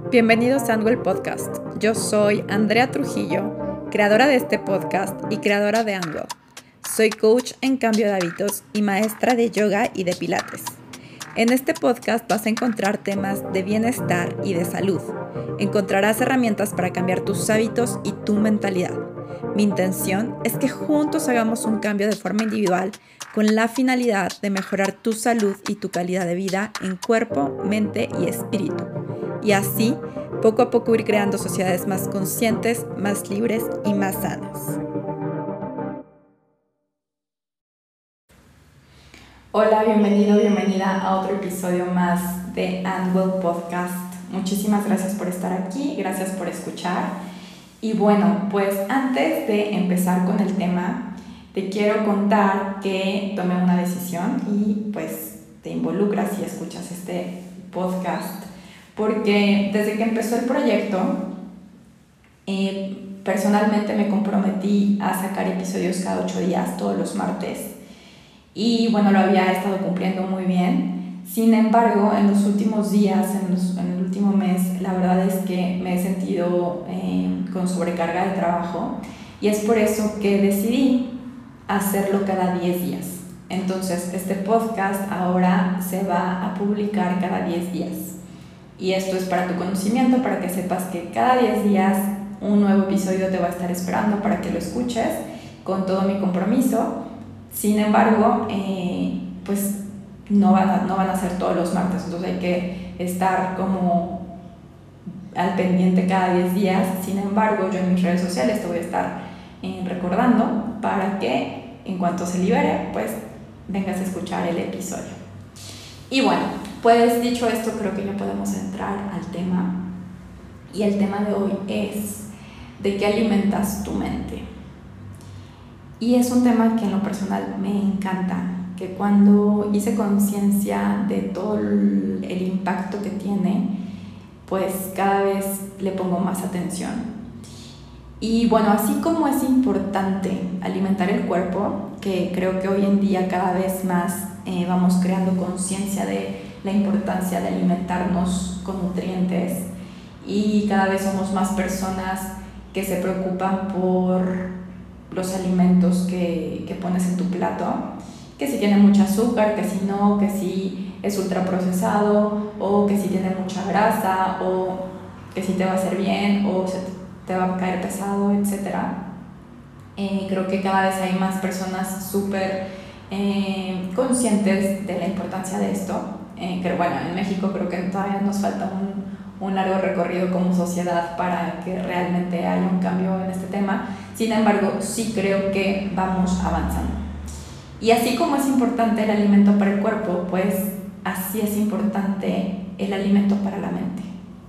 Bienvenidos a Anwell Podcast. Yo soy Andrea Trujillo, creadora de este podcast y creadora de Anwell. Soy coach en cambio de hábitos y maestra de yoga y de pilates. En este podcast vas a encontrar temas de bienestar y de salud. Encontrarás herramientas para cambiar tus hábitos y tu mentalidad. Mi intención es que juntos hagamos un cambio de forma individual con la finalidad de mejorar tu salud y tu calidad de vida en cuerpo, mente y espíritu. Y así, poco a poco ir creando sociedades más conscientes, más libres y más sanas. Hola, bienvenido, bienvenida a otro episodio más de Anwell Podcast. Muchísimas gracias por estar aquí, gracias por escuchar. Y bueno, pues antes de empezar con el tema, te quiero contar que tomé una decisión y pues te involucras si escuchas este podcast. Porque desde que empezó el proyecto, personalmente me comprometí a sacar episodios cada 8 días, todos los martes. Y bueno, lo había estado cumpliendo muy bien. Sin embargo, en los últimos días, en el último mes, la verdad es que me he sentido con sobrecarga de trabajo. Y es por eso que decidí hacerlo cada 10 días. Entonces, este podcast ahora se va a publicar cada 10 días. Y esto es para tu conocimiento, para que sepas que cada 10 días un nuevo episodio te va a estar esperando para que lo escuches con todo mi compromiso. Sin embargo, pues no van a ser todos los martes, entonces hay que estar como al pendiente cada 10 días. Sin embargo, yo en mis redes sociales te voy a estar recordando para que en cuanto se libere, pues vengas a escuchar el episodio. Y bueno, pues dicho esto, creo que ya podemos entrar al tema. Y el tema de hoy es ¿de qué alimentas tu mente? Y es un tema que en lo personal me encanta, que cuando hice conciencia de todo el impacto que tiene, pues cada vez le pongo más atención. Y bueno, así como es importante alimentar el cuerpo, que creo que hoy en día cada vez más vamos creando conciencia de la importancia de alimentarnos con nutrientes y cada vez somos más personas que se preocupan por los alimentos que pones en tu plato, que si tiene mucho azúcar, que si no, que si es ultraprocesado o que si tiene mucha grasa o que si te va a hacer bien o te va a caer pesado, etc. Creo que cada vez hay más personas súper conscientes de la importancia de esto, que bueno, en México creo que todavía nos falta un largo recorrido como sociedad para que realmente haya un cambio en este tema. Sin embargo, sí creo que vamos avanzando. Y así como es importante el alimento para el cuerpo, pues así es importante el alimento para la mente.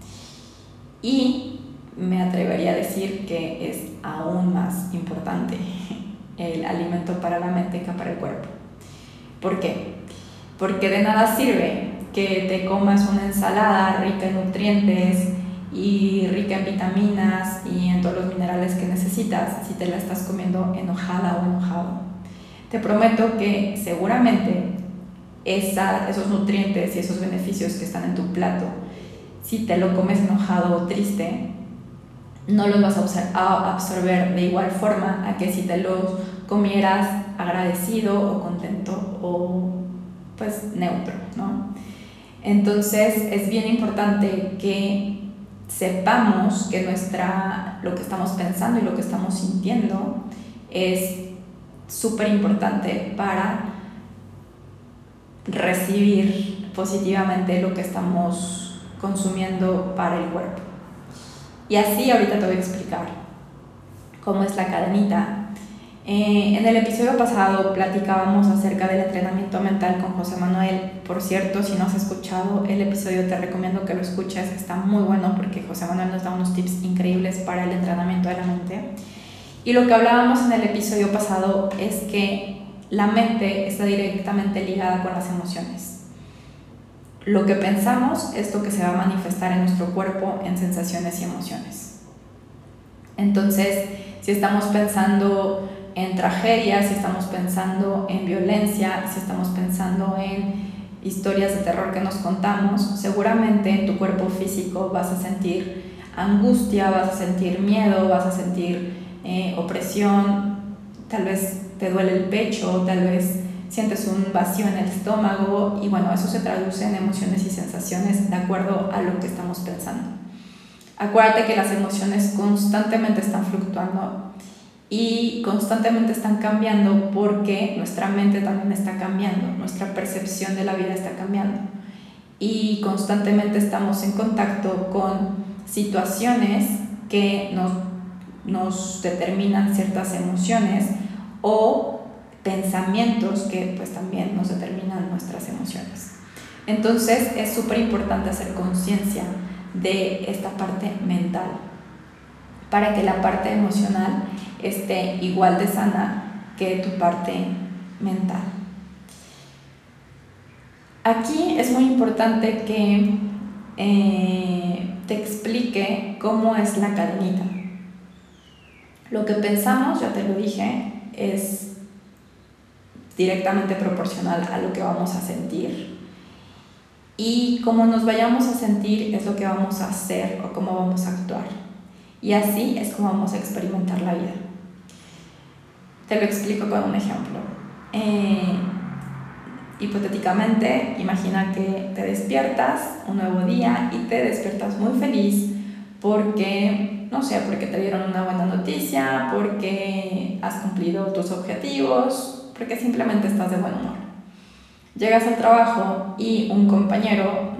Y me atrevería a decir que es aún más importante el alimento para la mente que para el cuerpo. ¿Por qué? Porque de nada sirve que te comas una ensalada rica en nutrientes y rica en vitaminas y en todos los minerales que necesitas si te la estás comiendo enojada o enojado. Te prometo que seguramente esos nutrientes y esos beneficios que están en tu plato, si te lo comes enojado o triste, no los vas a absorber de igual forma a que si te los comieras agradecido o contento o pues neutro, ¿no? Entonces es bien importante que sepamos que lo que estamos pensando y lo que estamos sintiendo es súper importante para recibir positivamente lo que estamos consumiendo para el cuerpo. Y así ahorita te voy a explicar cómo es la cadenita. En el episodio pasado platicábamos acerca del entrenamiento mental con José Manuel. Por cierto, si no has escuchado el episodio, te recomiendo que lo escuches. Está muy bueno porque José Manuel nos da unos tips increíbles para el entrenamiento de la mente. Y lo que hablábamos en el episodio pasado es que la mente está directamente ligada con las emociones. Lo que pensamos es lo que se va a manifestar en nuestro cuerpo en sensaciones y emociones. Entonces, si estamos pensando en tragedia, si estamos pensando en violencia, si estamos pensando en historias de terror que nos contamos, seguramente en tu cuerpo físico vas a sentir angustia, vas a sentir miedo, vas a sentir opresión, tal vez te duele el pecho, tal vez sientes un vacío en el estómago, y bueno, eso se traduce en emociones y sensaciones de acuerdo a lo que estamos pensando. Acuérdate que las emociones constantemente están fluctuando y constantemente están cambiando porque nuestra mente también está cambiando, nuestra percepción de la vida está cambiando, y constantemente estamos en contacto con situaciones que nos determinan ciertas emociones o pensamientos que pues también nos determinan nuestras emociones. Entonces es súper importante hacer conciencia de esta parte mental para que la parte emocional esté igual de sana que tu parte mental. Aquí es muy importante que te explique cómo es la cadenita. Lo que pensamos, ya te lo dije, es directamente proporcional a lo que vamos a sentir, y cómo nos vayamos a sentir es lo que vamos a hacer o cómo vamos a actuar, y así es como vamos a experimentar la vida. Te lo explico con un ejemplo. Hipotéticamente, imagina que te despiertas un nuevo día y te despiertas muy feliz porque, no sé, porque te dieron una buena noticia, porque has cumplido tus objetivos, porque simplemente estás de buen humor. Llegas al trabajo y un compañero,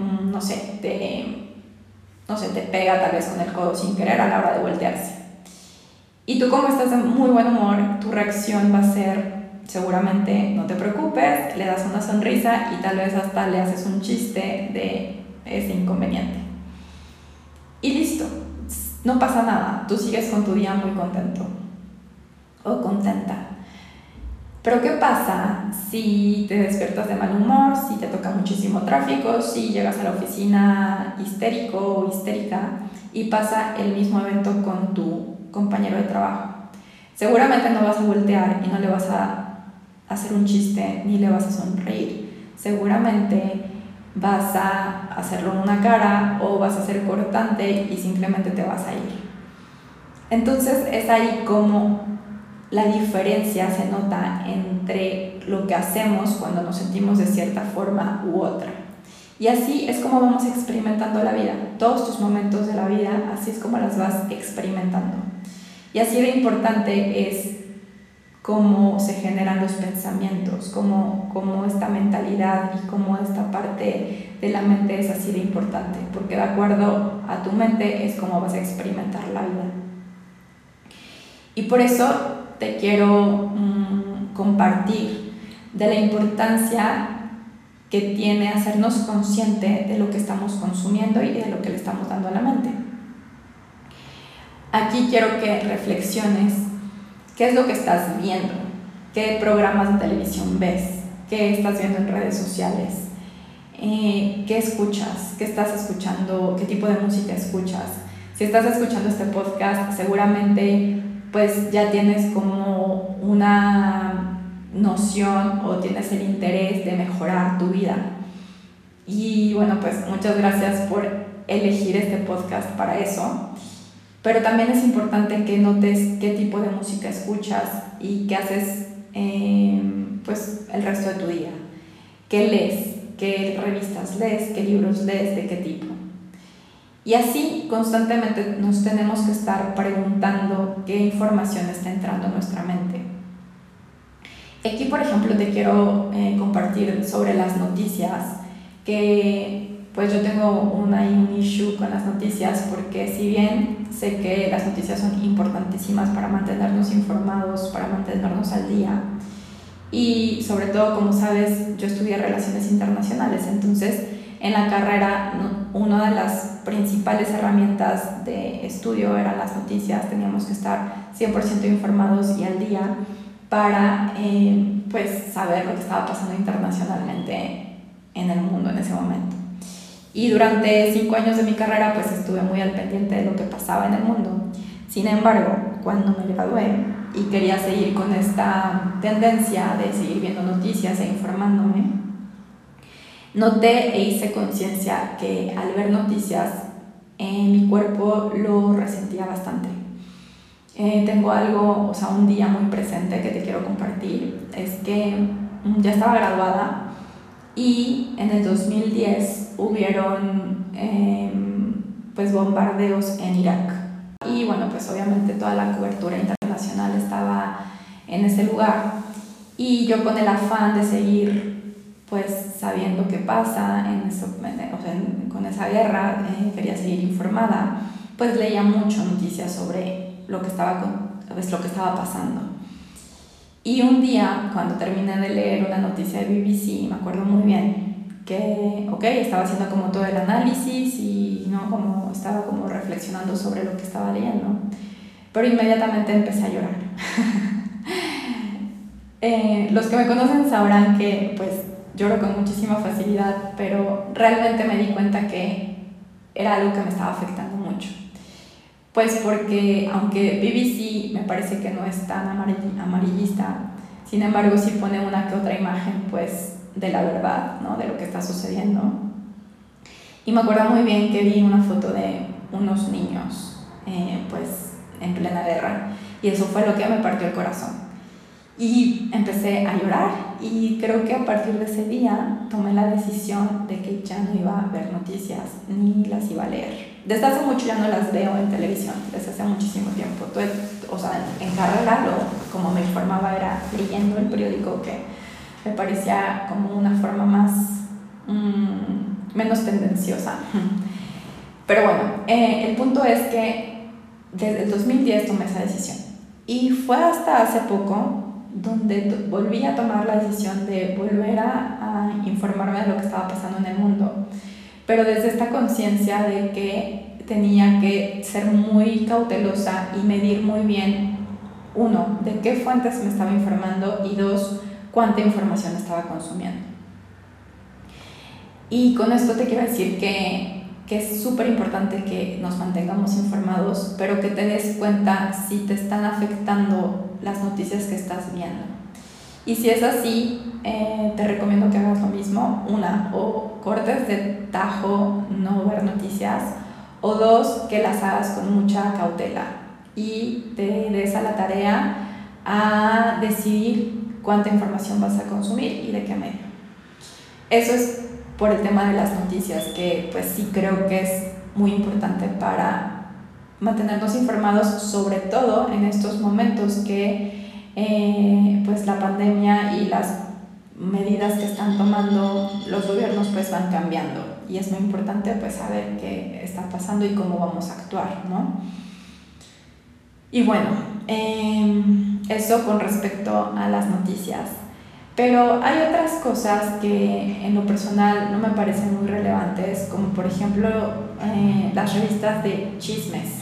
te pega tal vez con el codo sin querer a la hora de voltearse. Y tú, como estás de muy buen humor, tu reacción va a ser, seguramente, no te preocupes, le das una sonrisa y tal vez hasta le haces un chiste de ese inconveniente. Y listo, no pasa nada, tú sigues con tu día muy contento o contenta. Pero ¿qué pasa si te despiertas de mal humor, si te toca muchísimo tráfico, si llegas a la oficina histérico o histérica y pasa el mismo evento con tu compañero de trabajo? Seguramente no vas a voltear y no le vas a hacer un chiste ni le vas a sonreír. Seguramente vas a hacerlo en una cara o vas a ser cortante y simplemente te vas a ir. Entonces es ahí como la diferencia se nota entre lo que hacemos cuando nos sentimos de cierta forma u otra. Y así es como vamos experimentando la vida. Todos tus momentos de la vida, así es como las vas experimentando. Y así de importante es cómo se generan los pensamientos, cómo esta mentalidad y cómo esta parte de la mente es así de importante, porque de acuerdo a tu mente es como vas a experimentar la vida. Y por eso te quiero compartir de la importancia que tiene hacernos consciente de lo que estamos consumiendo y de lo que le estamos dando a la mente. Aquí quiero que reflexiones qué es lo que estás viendo, qué programas de televisión ves, qué estás viendo en redes sociales, qué escuchas, qué estás escuchando, qué tipo de música escuchas. Si estás escuchando este podcast, seguramente pues ya tienes como una noción o tienes el interés de mejorar tu vida. Y bueno, pues muchas gracias por elegir este podcast para eso. Pero también es importante que notes qué tipo de música escuchas y qué haces pues el resto de tu día. ¿Qué lees? ¿Qué revistas lees? ¿Qué libros lees? ¿De qué tipo? Y así constantemente nos tenemos que estar preguntando qué información está entrando en nuestra mente. Aquí, por ejemplo, te quiero compartir sobre las noticias, que pues yo tengo un issue con las noticias, porque si bien sé que las noticias son importantísimas para mantenernos informados, para mantenernos al día, y sobre todo, como sabes, yo estudié Relaciones Internacionales, entonces en la carrera una de las principales herramientas de estudio eran las noticias. Teníamos que estar 100% informados y al día para pues saber lo que estaba pasando internacionalmente en el mundo en ese momento. Y durante 5 años de mi carrera pues estuve muy al pendiente de lo que pasaba en el mundo. Sin embargo, cuando me gradué y quería seguir con esta tendencia de seguir viendo noticias e informándome, noté e hice conciencia que al ver noticias, mi cuerpo lo resentía bastante. Tengo algo, o sea, un día muy presente que te quiero compartir, es que ya estaba graduada y en el 2010 hubieron pues bombardeos en Irak. Y bueno, pues obviamente toda la cobertura internacional estaba en ese lugar y yo con el afán de seguir pues sabiendo qué pasa con esa guerra, quería seguir informada, pues leía mucho noticias sobre lo que estaba pasando. Y un día, cuando terminé de leer una noticia de BBC, me acuerdo muy bien que, estaba haciendo como todo el análisis y como estaba como reflexionando sobre lo que estaba leyendo, pero inmediatamente empecé a llorar. Los que me conocen sabrán que pues lloro con muchísima facilidad, pero realmente me di cuenta que era algo que me estaba afectando mucho. Pues porque aunque BBC me parece que no es tan amarillista, sin embargo sí pone una que otra imagen pues de la verdad, ¿no? De lo que está sucediendo. Y me acuerdo muy bien que vi una foto de unos niños pues en plena guerra y eso fue lo que me partió el corazón. Y empecé a llorar y creo que a partir de ese día tomé la decisión de que ya no iba a ver noticias ni las iba a leer. Desde hace mucho ya no las veo en televisión, desde hace muchísimo tiempo. En carrera como me informaba era leyendo el periódico, que me parecía como una forma menos tendenciosa. Pero bueno, el punto es que desde el 2010 tomé esa decisión y fue hasta hace poco donde volví a tomar la decisión de volver a informarme de lo que estaba pasando en el mundo, pero desde esta conciencia de que tenía que ser muy cautelosa y medir muy bien, uno, de qué fuentes me estaba informando y dos, cuánta información estaba consumiendo. Y con esto te quiero decir que es súper importante que nos mantengamos informados, pero que te des cuenta si te están afectando las noticias que estás viendo. Y si es así, te recomiendo que hagas lo mismo. Una, o cortes de tajo no ver noticias, o dos, que las hagas con mucha cautela y te des a la tarea a decidir cuánta información vas a consumir y de qué medio. Eso es por el tema de las noticias, que pues sí creo que es muy importante para mantenernos informados, sobre todo en estos momentos que pues la pandemia y las medidas que están tomando los gobiernos pues van cambiando y es muy importante pues saber qué está pasando y cómo vamos a actuar, ¿no? Y bueno, eso con respecto a las noticias. Pero hay otras cosas que en lo personal no me parecen muy relevantes, como por ejemplo las revistas de chismes.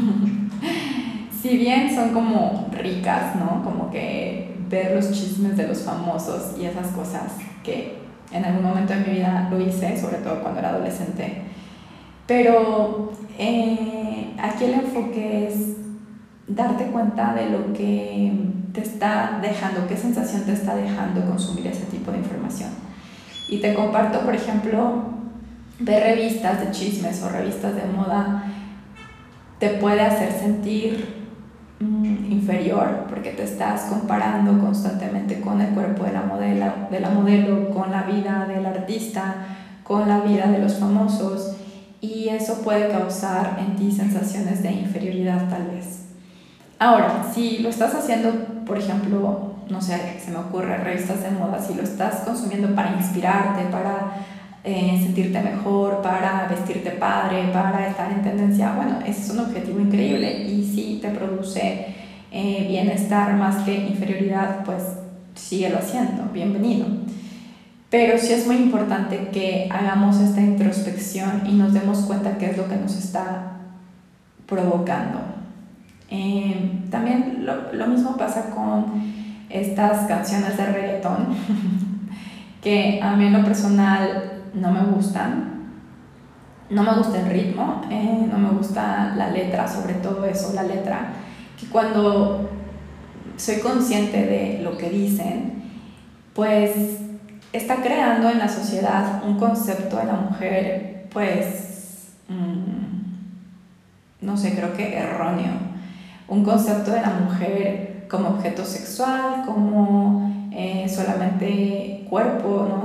Si bien son como ricas, ¿no? Como que ver los chismes de los famosos y esas cosas, que en algún momento de mi vida lo hice, sobre todo cuando era adolescente. Pero aquí el enfoque es darte cuenta de lo que te está dejando, qué sensación te está dejando consumir ese tipo de información. Y te comparto, por ejemplo, ver revistas de chismes o revistas de moda te puede hacer sentir inferior porque te estás comparando constantemente con el cuerpo de la modelo, con la vida del artista, con la vida de los famosos, y eso puede causar en ti sensaciones de inferioridad tal vez. Ahora, si lo estás haciendo, por ejemplo, no sé, se me ocurre revistas de moda, si lo estás consumiendo para inspirarte, para sentirte mejor, para vestirte padre, para estar en tendencia, bueno, ese es un objetivo increíble y si te produce bienestar más que inferioridad, pues síguelo haciendo, bienvenido. Pero sí es muy importante que hagamos esta introspección y nos demos cuenta qué es lo que nos está provocando. También lo mismo pasa con estas canciones de reggaetón que a mí en lo personal no me gustan. No me gusta el ritmo, no me gusta la letra, sobre todo eso, la letra, que cuando soy consciente de lo que dicen, pues está creando en la sociedad un concepto de la mujer, pues, no sé, creo que erróneo. Un concepto de la mujer como objeto sexual, como solamente cuerpo, ¿no?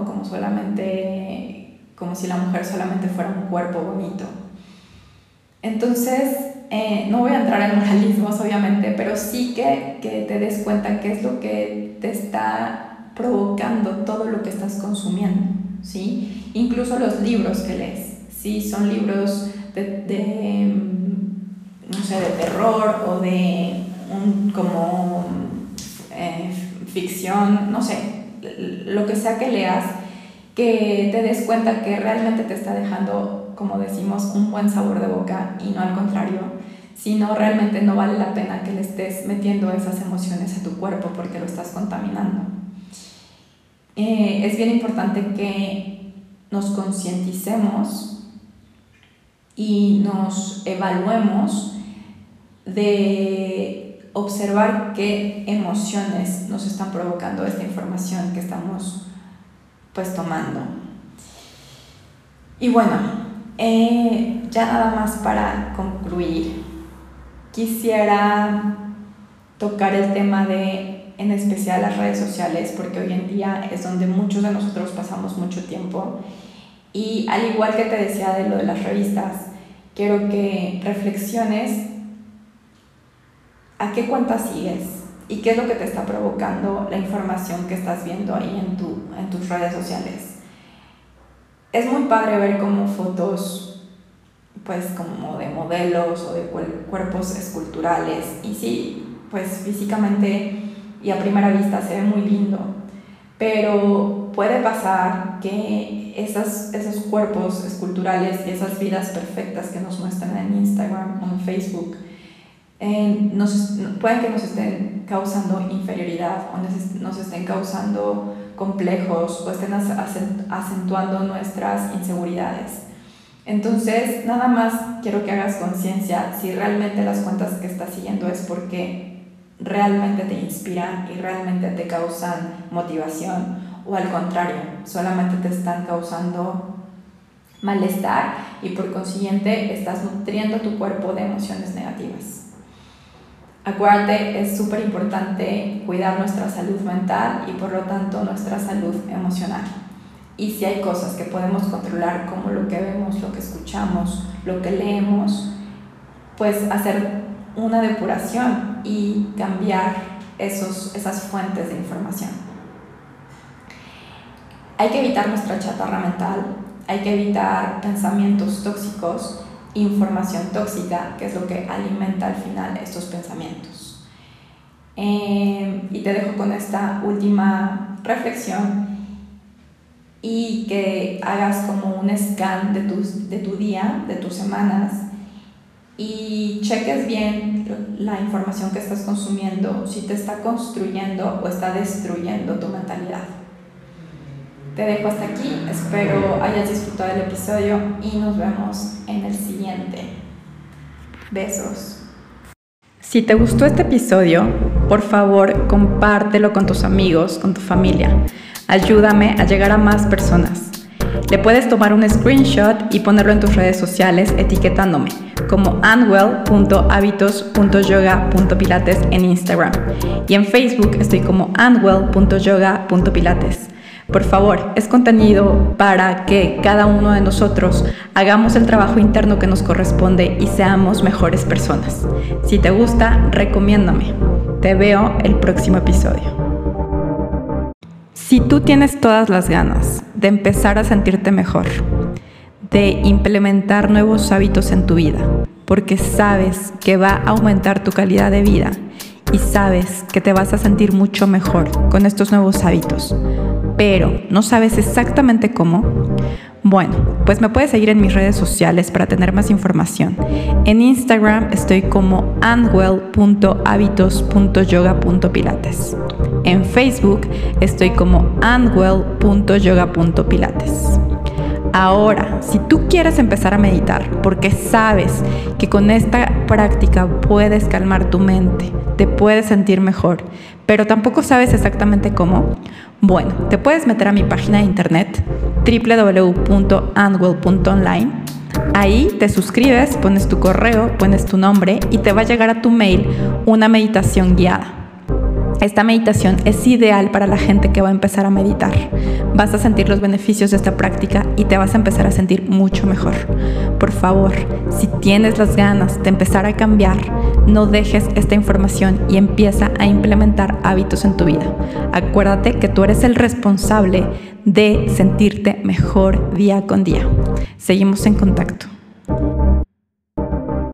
Como si la mujer solamente fuera un cuerpo bonito. Entonces, no voy a entrar en moralismos, obviamente, pero sí que te des cuenta qué es lo que te está provocando todo lo que estás consumiendo, ¿sí? Incluso los libros que lees, ¿sí? Son libros no sé, de terror o de ficción, no sé, lo que sea que leas, que te des cuenta que realmente te está dejando, como decimos, un buen sabor de boca y no al contrario, sino realmente no vale la pena que le estés metiendo esas emociones a tu cuerpo porque lo estás contaminando. Es bien importante que nos concienticemos y nos evaluemos de observar qué emociones nos están provocando esta información que estamos pues tomando. Y bueno, ya nada más para concluir, quisiera tocar el tema de, en especial, las redes sociales, porque hoy en día es donde muchos de nosotros pasamos mucho tiempo. Y al igual que te decía de lo de las revistas, quiero que reflexiones a qué cuenta sigues y qué es lo que te está provocando la información que estás viendo ahí en tus redes sociales. Es muy padre ver como fotos, pues como de modelos o de cuerpos esculturales, y sí, pues físicamente y a primera vista se ve muy lindo, pero puede pasar que esos cuerpos esculturales y esas vidas perfectas que nos muestran en Instagram o en Facebook pueden que nos estén causando inferioridad o nos estén causando complejos o estén acentuando nuestras inseguridades. Entonces, nada más quiero que hagas conciencia si realmente las cuentas que estás siguiendo es porque realmente te inspiran y realmente te causan motivación, o al contrario, solamente te están causando malestar y por consiguiente estás nutriendo tu cuerpo de emociones negativas. Acuérdate, es súper importante cuidar nuestra salud mental y por lo tanto nuestra salud emocional. Y si hay cosas que podemos controlar, como lo que vemos, lo que escuchamos, lo que leemos, pues hacer una depuración y cambiar esas fuentes de información. Hay que evitar nuestra chatarra mental, hay que evitar pensamientos tóxicos, información tóxica, que es lo que alimenta al final estos pensamientos. Y te dejo con esta última reflexión y que hagas como un scan de tu día, de tus semanas, y cheques bien la información que estás consumiendo, si te está construyendo o está destruyendo tu mentalidad. Te dejo hasta aquí, espero hayas disfrutado del episodio y nos vemos en el siguiente. Besos. Si te gustó este episodio, por favor compártelo con tus amigos, con tu familia. Ayúdame a llegar a más personas. Le puedes tomar un screenshot y ponerlo en tus redes sociales etiquetándome como anwell.habitos.yoga.pilates en Instagram, y en Facebook estoy como anwell.yoga.pilates. Por favor, es contenido para que cada uno de nosotros hagamos el trabajo interno que nos corresponde y seamos mejores personas. Si te gusta, recomiéndame. Te veo el próximo episodio. Si tú tienes todas las ganas de empezar a sentirte mejor, de implementar nuevos hábitos en tu vida, porque sabes que va a aumentar tu calidad de vida y sabes que te vas a sentir mucho mejor con estos nuevos hábitos, pero no sabes exactamente cómo, bueno, pues me puedes seguir en mis redes sociales para tener más información. En Instagram estoy como anwell.habitos.yoga.pilates. En Facebook estoy como anwell.yoga.pilates. Ahora, si tú quieres empezar a meditar porque sabes que con esta práctica puedes calmar tu mente, te puedes sentir mejor, pero tampoco sabes exactamente cómo, bueno, te puedes meter a mi página de internet www.andwell.online. Ahí te suscribes, pones tu correo, pones tu nombre y te va a llegar a tu mail una meditación guiada. Esta meditación es ideal para la gente que va a empezar a meditar. Vas a sentir los beneficios de esta práctica y te vas a empezar a sentir mucho mejor. Por favor, si tienes las ganas de empezar a cambiar, no dejes esta información y empieza a implementar hábitos en tu vida. Acuérdate que tú eres el responsable de sentirte mejor día con día. Seguimos en contacto.